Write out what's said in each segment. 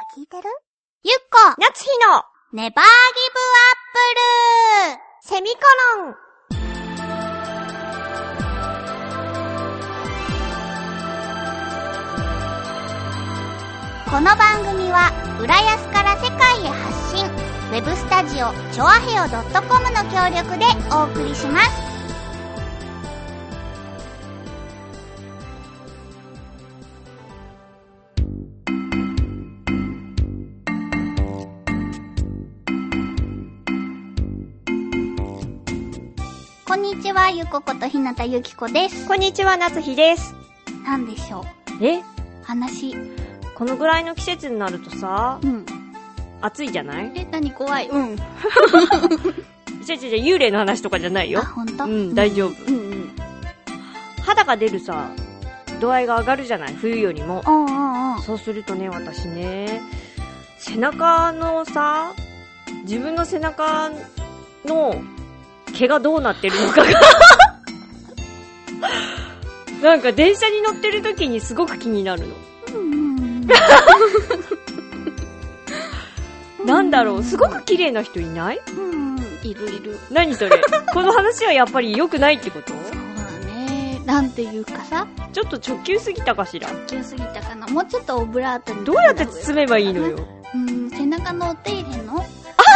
聞いてる？ゆっこ夏日のネバーギブアップルセミコロン。 この番組は浦安から世界へ発信、ウェブスタジオチョアヘオ .com の協力でお送りします。こんにちは、ゆこことひなたゆきこです。 こんにちは、夏日です。 なんでしょう。話。 このぐらいの季節になるとさ、暑いじゃない？ 何怖い。 じゃ幽霊の話とかじゃないよ。 あ、ほんと？ 大丈夫。肌が出るさ、度合いが上がるじゃない？冬よりも。そうするとね、私ね、背中のさ、自分の背中の毛がどうなってるのかがなんか電車に乗ってる時にすごく気になるの。なんだろう、すごく綺麗な人いない？ いる。 何それこの話はやっぱり良くないってこと？ そうだね。なんていうかさ、 ちょっと直球すぎたかしら？ 直球すぎたかな。もうちょっとオブラートに。 どうやって包めばいいのよ。 背中のお手入れの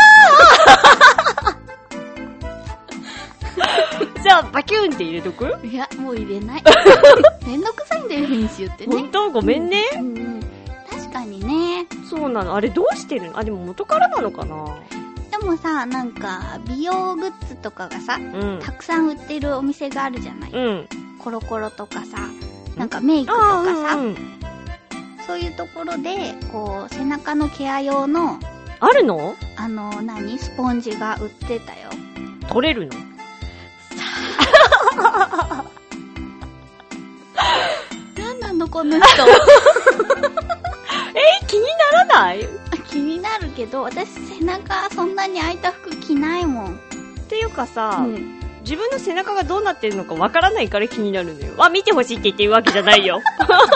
じゃあバキューンって入れとく？ いや、もう入れない。めんどくさいんだよ、編集ってね。 ほんと？ごめんね。 確かにね。 そうなの。あれどうしてるの？あ、でも元からなのかな？ でもさ、なんか美容グッズとかがさ、たくさん売ってるお店があるじゃない。コロコロとかさ、なんかメイクとかさ、そういうところでこう背中のケア用のあるの？ スポンジが売ってたよ。 取れるの？ なんなのこの人。 気にならない？ 気になるけど、私背中そんなに開いた服着ないもん。 っていうかさ、自分の背中がどうなってるのかわからないから気になるのよ。見てほしいって言ってるわけじゃないよ。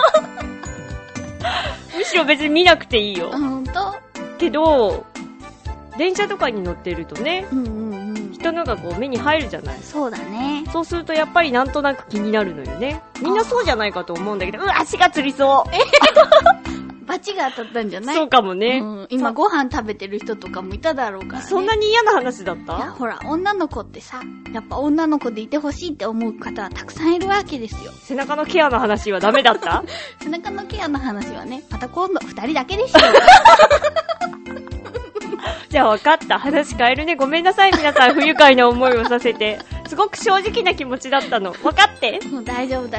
むしろ別に見なくていいよ。 ほんと？ けど、電車とかに乗ってるとね、人のがこう目に入るじゃない。 そうだね。 そうするとやっぱりなんとなく気になるのよね。みんなそうじゃないかと思うんだけど、足がつりそう。 バチが当たったんじゃない？ そうかもね。 今ご飯食べてる人とかもいただろうからね。 そんなに嫌な話だった？ いや、ほら、女の子ってさ、やっぱ女の子でいてほしいって思う方はたくさんいるわけですよ。 背中のケアの話はダメだった？ 背中のケアの話はね、また今度2人だけでしょ。 じゃあ分かった。話変えるね。ごめんなさい皆さん、不愉快な思いをさせて。すごく正直な気持ちだったの。分かって。 もう大丈夫。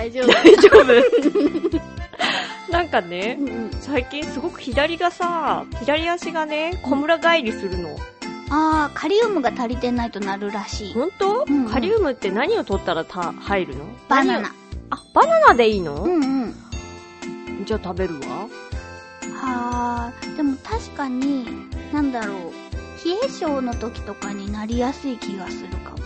なんかね、最近すごく左足がね、小村返りするの。 カリウムが足りてないとなるらしい。 ほんと？カリウムって何を取ったら入るの？ バナナ。 バナナでいいの？じゃあ食べるわ。 でも確かに、なんだろう、冷え性の時とかになりやすい気がするかも。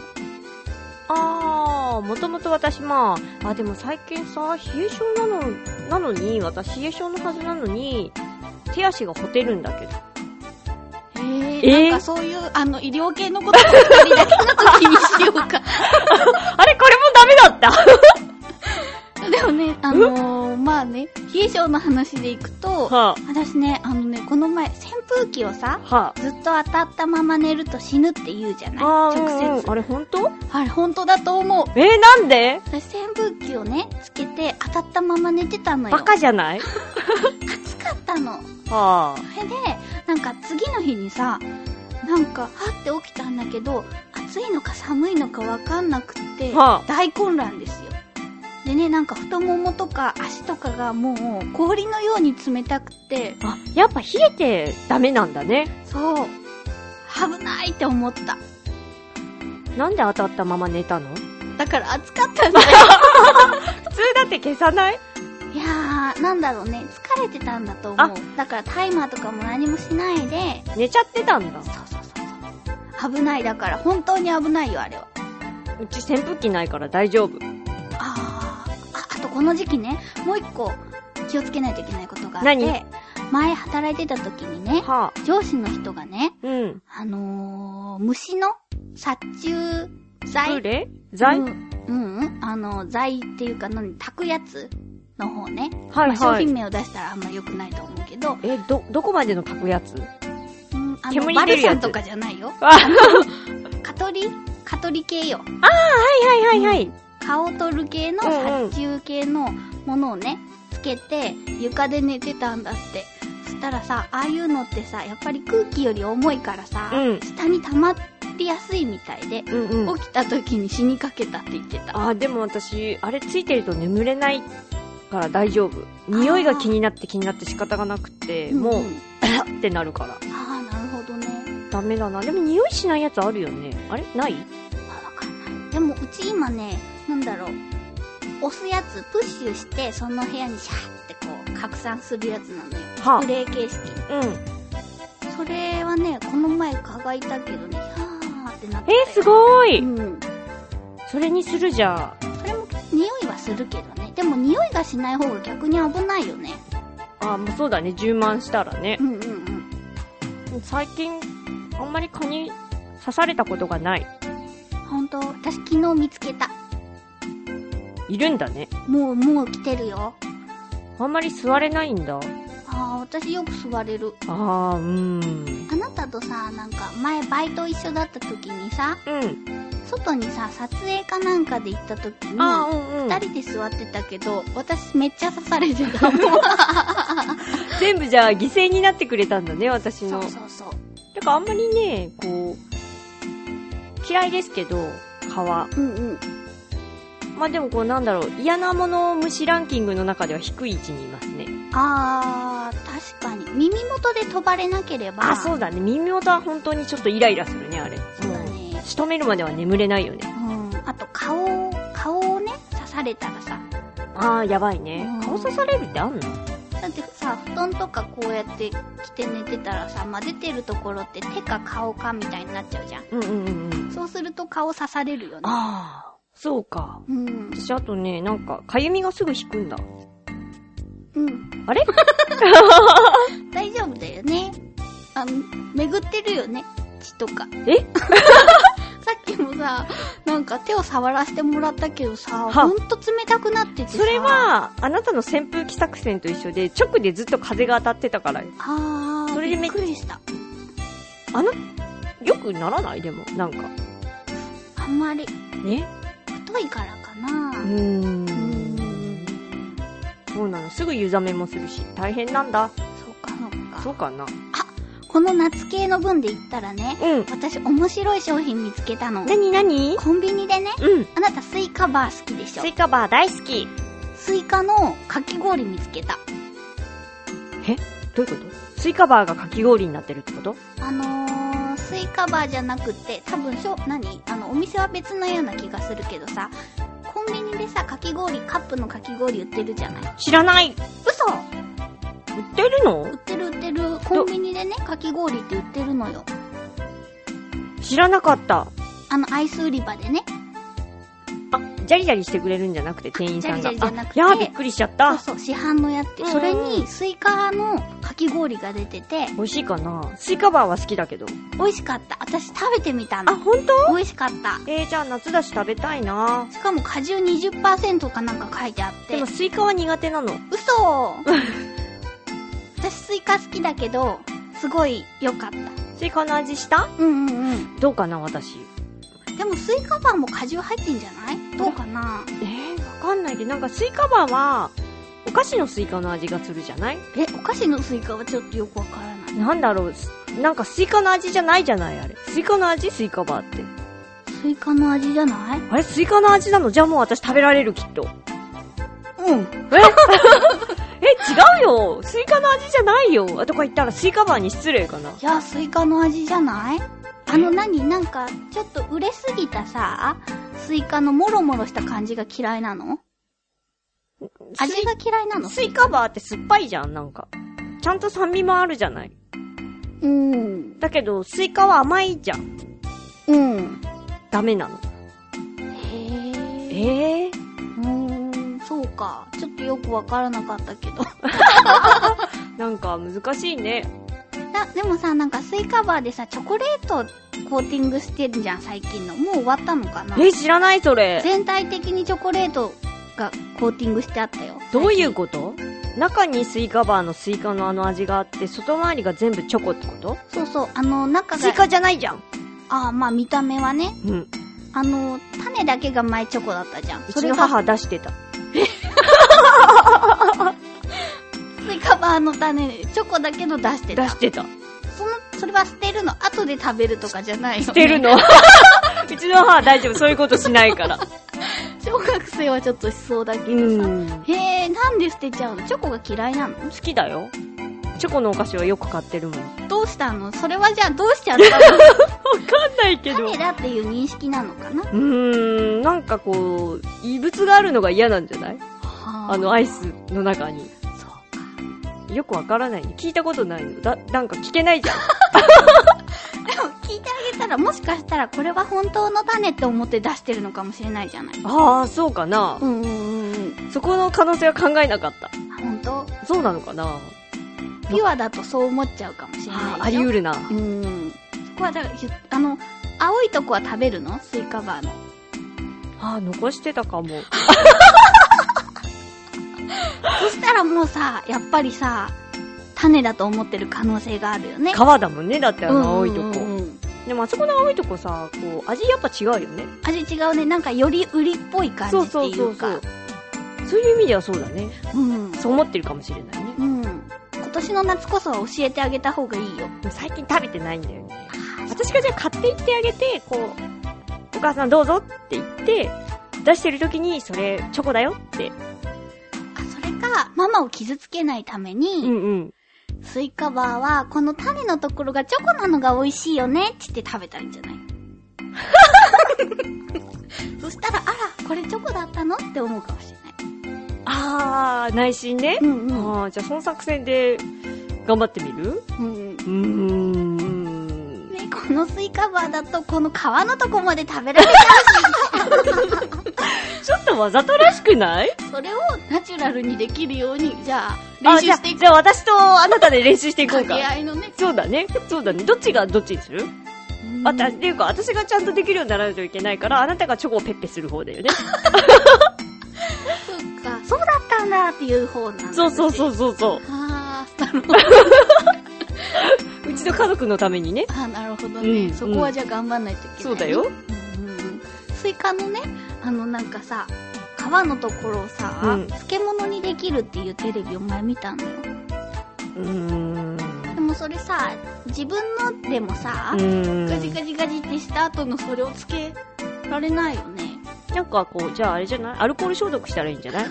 もともと私でも最近さ、冷え性なのに、私冷え性のはずなのに、手足がほてるんだけど。 なんかそういう、医療系のことを二人だけの時にしようか。 あれこれもダメだったでもね、冷え性の話でいくと、私ね、この前、扇風機をさ、ずっと当たったまま寝ると死ぬって言うじゃない？直接。 あれ本当？ あれ本当だと思う。 なんで？ 私扇風機をね、つけて当たったまま寝てたのよ。 バカじゃない？ 暑かったの。 それで、なんか次の日にさ、なんか、はって起きたんだけど、暑いのか寒いのかわかんなくって、大混乱ですよ。でね、なんか太ももとか足とかがもう氷のように冷たくて。 やっぱ冷えてダメなんだね。 そう。危ないって思った。 なんで当たったまま寝たの？ だから暑かったんだよ。 普通だって消さない？ いやー、なんだろうね。疲れてたんだと思う。だからタイマーとかも何もしないで。 寝ちゃってたんだ。 そう。危ない。だから本当に危ないよ、あれは。 うち扇風機ないから大丈夫。 あとこの時期ね、もう一個気をつけないといけないことがあって、 前働いてた時にね、上司の人がね、虫の殺虫剤剤剤っていうか炊くやつの方ね。商品名を出したらあんま良くないと思うけど。 どこまでの炊くやつ？ 煙出るやつ。バルサンとかじゃないよ。蚊取り系よ。 はい。 蚊を取る系の殺虫系のものをね、つけて床で寝てたんだって。そしたらさ、ああいうのってさ、やっぱり空気より重いからさ、下に溜まりやすいみたいで、起きた時に死にかけたって言ってた。 でも私、あれついてると眠れないから大丈夫。匂いが気になって仕方がなくて、もう、ってなるから。 なるほどね。 ダメだな。でも匂いしないやつあるよね。あれない？ わかんない。でもうち今ね、押すやつ、プッシュして、その部屋にシャーってこう、拡散するやつなのよ。スプレー形式。それはね、この前蚊がいたけどね、ってなってたよ。 すごい。それにするじゃ。 それも匂いはするけどね。でも匂いがしない方が逆に危ないよね。 もうそうだね。充満したらね。最近、あんまり蚊に刺されたことがない。 ほんと、私昨日見つけた。 いるんだね。 もう来てるよ。 あんまり座れないんだ。 私よく座れる。 あなたとさ、前バイト一緒だった時にさ、外にさ、撮影かなんかで行った時に、二人で座ってたけど、私めっちゃ刺されてたもん。 全部じゃあ犠牲になってくれたんだね、私の。 そう。 だからあんまりね、こう、嫌いですけど、蚊は。でも嫌なもの虫ランキングの中では低い位置にいますね。 確かに。耳元で飛ばれなければ。 そうだね。耳元は本当にちょっとイライラするね、あれ。 そうだね。 仕留めるまでは眠れないよね。 あと顔をね、刺されたらさ。 やばいね。顔刺されるってあんの？ だってさ、布団とかこうやって着て寝てたらさ、出てるところって手か顔かみたいになっちゃうじゃん。そうすると顔刺されるよね。 そうか。私あとね、かゆみがすぐ引くんだ。あれ？ 大丈夫だよね。巡ってるよね。血とか。さっきもさ、手を触らせてもらったけどさ、ほんと冷たくなっててさ。 それは、あなたの扇風機作戦と一緒で、直でずっと風が当たってたから。 それでびっくりした。 よくならない？でも、 あんまり。太いからかな。 そうなの。すぐ湯冷めもするし、大変なんだ。そうかな。 この夏系の分で言ったらね、私面白い商品見つけたの。 何？ コンビニでね、あなたスイカバー好きでしょ？ スイカバー大好き。 スイカのかき氷見つけた。 どういうこと？スイカバーがかき氷になってるってこと？ スイカバーじゃなくて、多分お店は別のような気がするけどさ、コンビニでさ、かき氷、カップのかき氷売ってるじゃない？ 知らない。 嘘？ 売ってるの？ 売ってる。コンビニでね、かき氷って売ってるのよ。 知らなかった。 アイス売り場でね。 ジャリジャリしてくれるんじゃなくて、店員さんが。 ジャリジャリじゃなくて。 びっくりしちゃった。 そう、市販のやって。それに、スイカのかき氷が出てて。 美味しいかな？スイカバーは好きだけど。 美味しかった。私食べてみたの。 ほんと？ 美味しかった。 じゃあ夏だし食べたいな。 しかも果汁 20% かなんか書いてあって。 でもスイカは苦手なの。 嘘私スイカ好きだけど、すごい良かった。 スイカの味した？どうかな、私。 でもスイカバーも果汁入ってんじゃない？どうかな？ わかんないけど、スイカバーは、お菓子のスイカの味がするじゃない？ お菓子のスイカはちょっとよくわからない。 なんだろう、スイカの味じゃないじゃないあれ。スイカの味？スイカバーって。 スイカの味じゃない？ あれ、スイカの味なの？じゃあもう私食べられる、きっと。違うよ。スイカの味じゃないよ。とか言ったらスイカバーに失礼かな。 いや、スイカの味じゃない？ちょっと売れすぎたさ、スイカのモロモロした感じが嫌いなの？味が嫌いなの？ スイカバーって酸っぱいじゃん、ちゃんと酸味もあるじゃない。だけど、スイカは甘いじゃん。ダメなの。そうか。ちょっとよくわからなかったけど。 なんか難しいね。 でもさ、なんかスイカバーでさ、チョコレートコーティングしてるじゃん、最近の。もう終わったのかな？ 知らないそれ。 全体的にチョコレートがコーティングしてあったよ。 どういうこと？中にスイカバーのスイカの味があって、外回りが全部チョコってこと？ そうそう、中が。 スイカじゃないじゃん。 まあ見た目はね。 うん。 種だけが前チョコだったじゃん。 うちの母出してた。 スイカバーの種、チョコだけど出してた。 出してた。 それは捨てるの？後で食べるとかじゃないよね。 捨てるの？うちの母は大丈夫。そういうことしないから。 小学生はちょっとしそうだけどさ。なんで捨てちゃうの？チョコが嫌いなの？ 好きだよ。チョコのお菓子はよく買ってるもん。 どうしたの？それはじゃあどうしちゃったの？わかんないけど。 種だっていう認識なのかな？ なんかこう、異物があるのが嫌なんじゃない？アイスの中に。そうか。よくわからないね。聞いたことないの。なんか聞けないじゃん。 でも聞いてあげたら、もしかしたらこれは本当の種って思って出してるのかもしれないじゃない。 そうかな。そこの可能性は考えなかった。 本当？ そうなのかな。 ピュアだとそう思っちゃうかもしれないでしょ。 あり得るな。 そこはだから青いとこは食べるの？スイカバーの。 残してたかも。 そしたらもうさ、やっぱりさ、種だと思ってる可能性があるよね。 皮だもんね、だって青いとこ。でもあそこの青いとこさ、こう、味やっぱ違うよね。 味違うね。なんかより売りっぽい感じっていうか。 そういう意味ではそうだね。そう思ってるかもしれないね。 今年の夏こそは教えてあげた方がいいよ。 最近食べてないんだよね。私がじゃあ買っていってあげて、こう、お母さんどうぞって言って、出してる時に、それ、チョコだよって。 それか、ママを傷つけないために、スイカバーは、この種のところがチョコなのが美味しいよねって言って食べたらいいんじゃないそしたら、これチョコだったのって思うかもしれない。 内心ね。じゃあその作戦で頑張ってみる？ ね、このスイカバーだとこの皮のとこまで食べられちゃうしちょっとわざとらしくない？ それをナチュラルにできるように、じゃあ練習していく。 じゃあ私とあなたで練習していこうか。 掛け合いのね。 そうだね。どっちがどっちにする？っていうか私がちゃんとできるようにならないといけないから、あなたがチョコをペッペする方だよね。 そうだったんだっていう方なんだ。 そう。 なるほど。 うちの家族のためにね。 なるほどね。そこはじゃあ頑張んないといけない。 そうだよ。 スイカのね、なんかさ、皮のところをさ、漬物にできるっていうテレビを前見たのよ。でもそれさ、自分のでもさ、ガジガジガジってした後のそれをつけられないよね。 なんかこう、じゃああれじゃない？アルコール消毒したらいいんじゃない？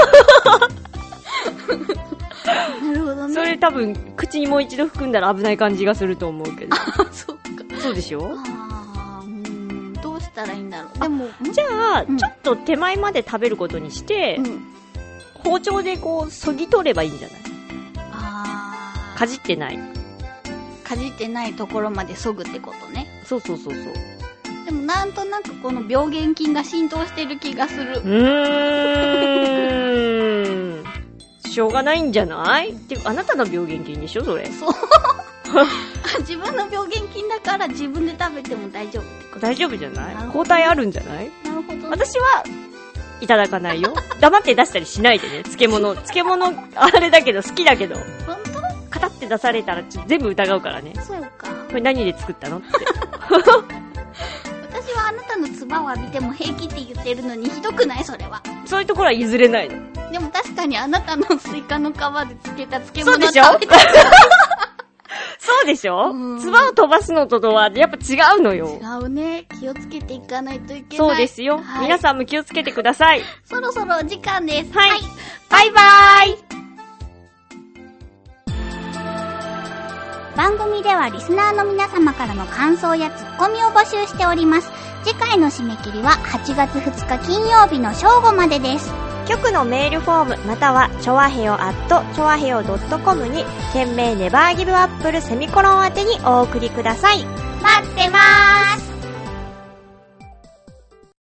なるほどね。 それ多分、口にもう一度含んだら危ない感じがすると思うけど。 そうか。 そうでしょ？ どうしたらいいんだろう。でも、 じゃあ、ちょっと手前まで食べることにして、包丁でこう、そぎ取ればいいんじゃない？かじってない。 かじってないところまで削ぐってことね。 そう。 でもなんとなくこの病原菌が浸透してる気がする。 しょうがないんじゃない？ってあなたの病原菌でしょそれ。 そう。自分の病原菌だから自分で食べても大丈夫ってこと？ 大丈夫じゃない？抗体あるんじゃない？ なるほど、ね。 私はいただかないよ。黙って出したりしないでね。漬物あれだけど好きだけど。 本当？ カタって出されたら全部疑うからね。 そうか。 これ何で作ったのって。 私はあなたの唾を浴びても平気って言ってるのにひどくない？それは。 そういうところは譲れないの。 でも確かにあなたのスイカの皮で漬けた漬物食べてそうでしょ？唾を飛ばすのとはやっぱ違うのよ。 違うね。気をつけていかないといけない。 そうですよ。皆さんも気をつけてください。 そろそろお時間です。 はい。バイバーイ。 番組ではリスナーの皆様からの感想やツッコミを募集しております。次回の締め切りは8月2日金曜日の正午までです。 局のメールフォームまたはちょわへよ@choaheyo.com に件名ネバーギブアップルセミコロン宛てにお送りください。 待ってまーす。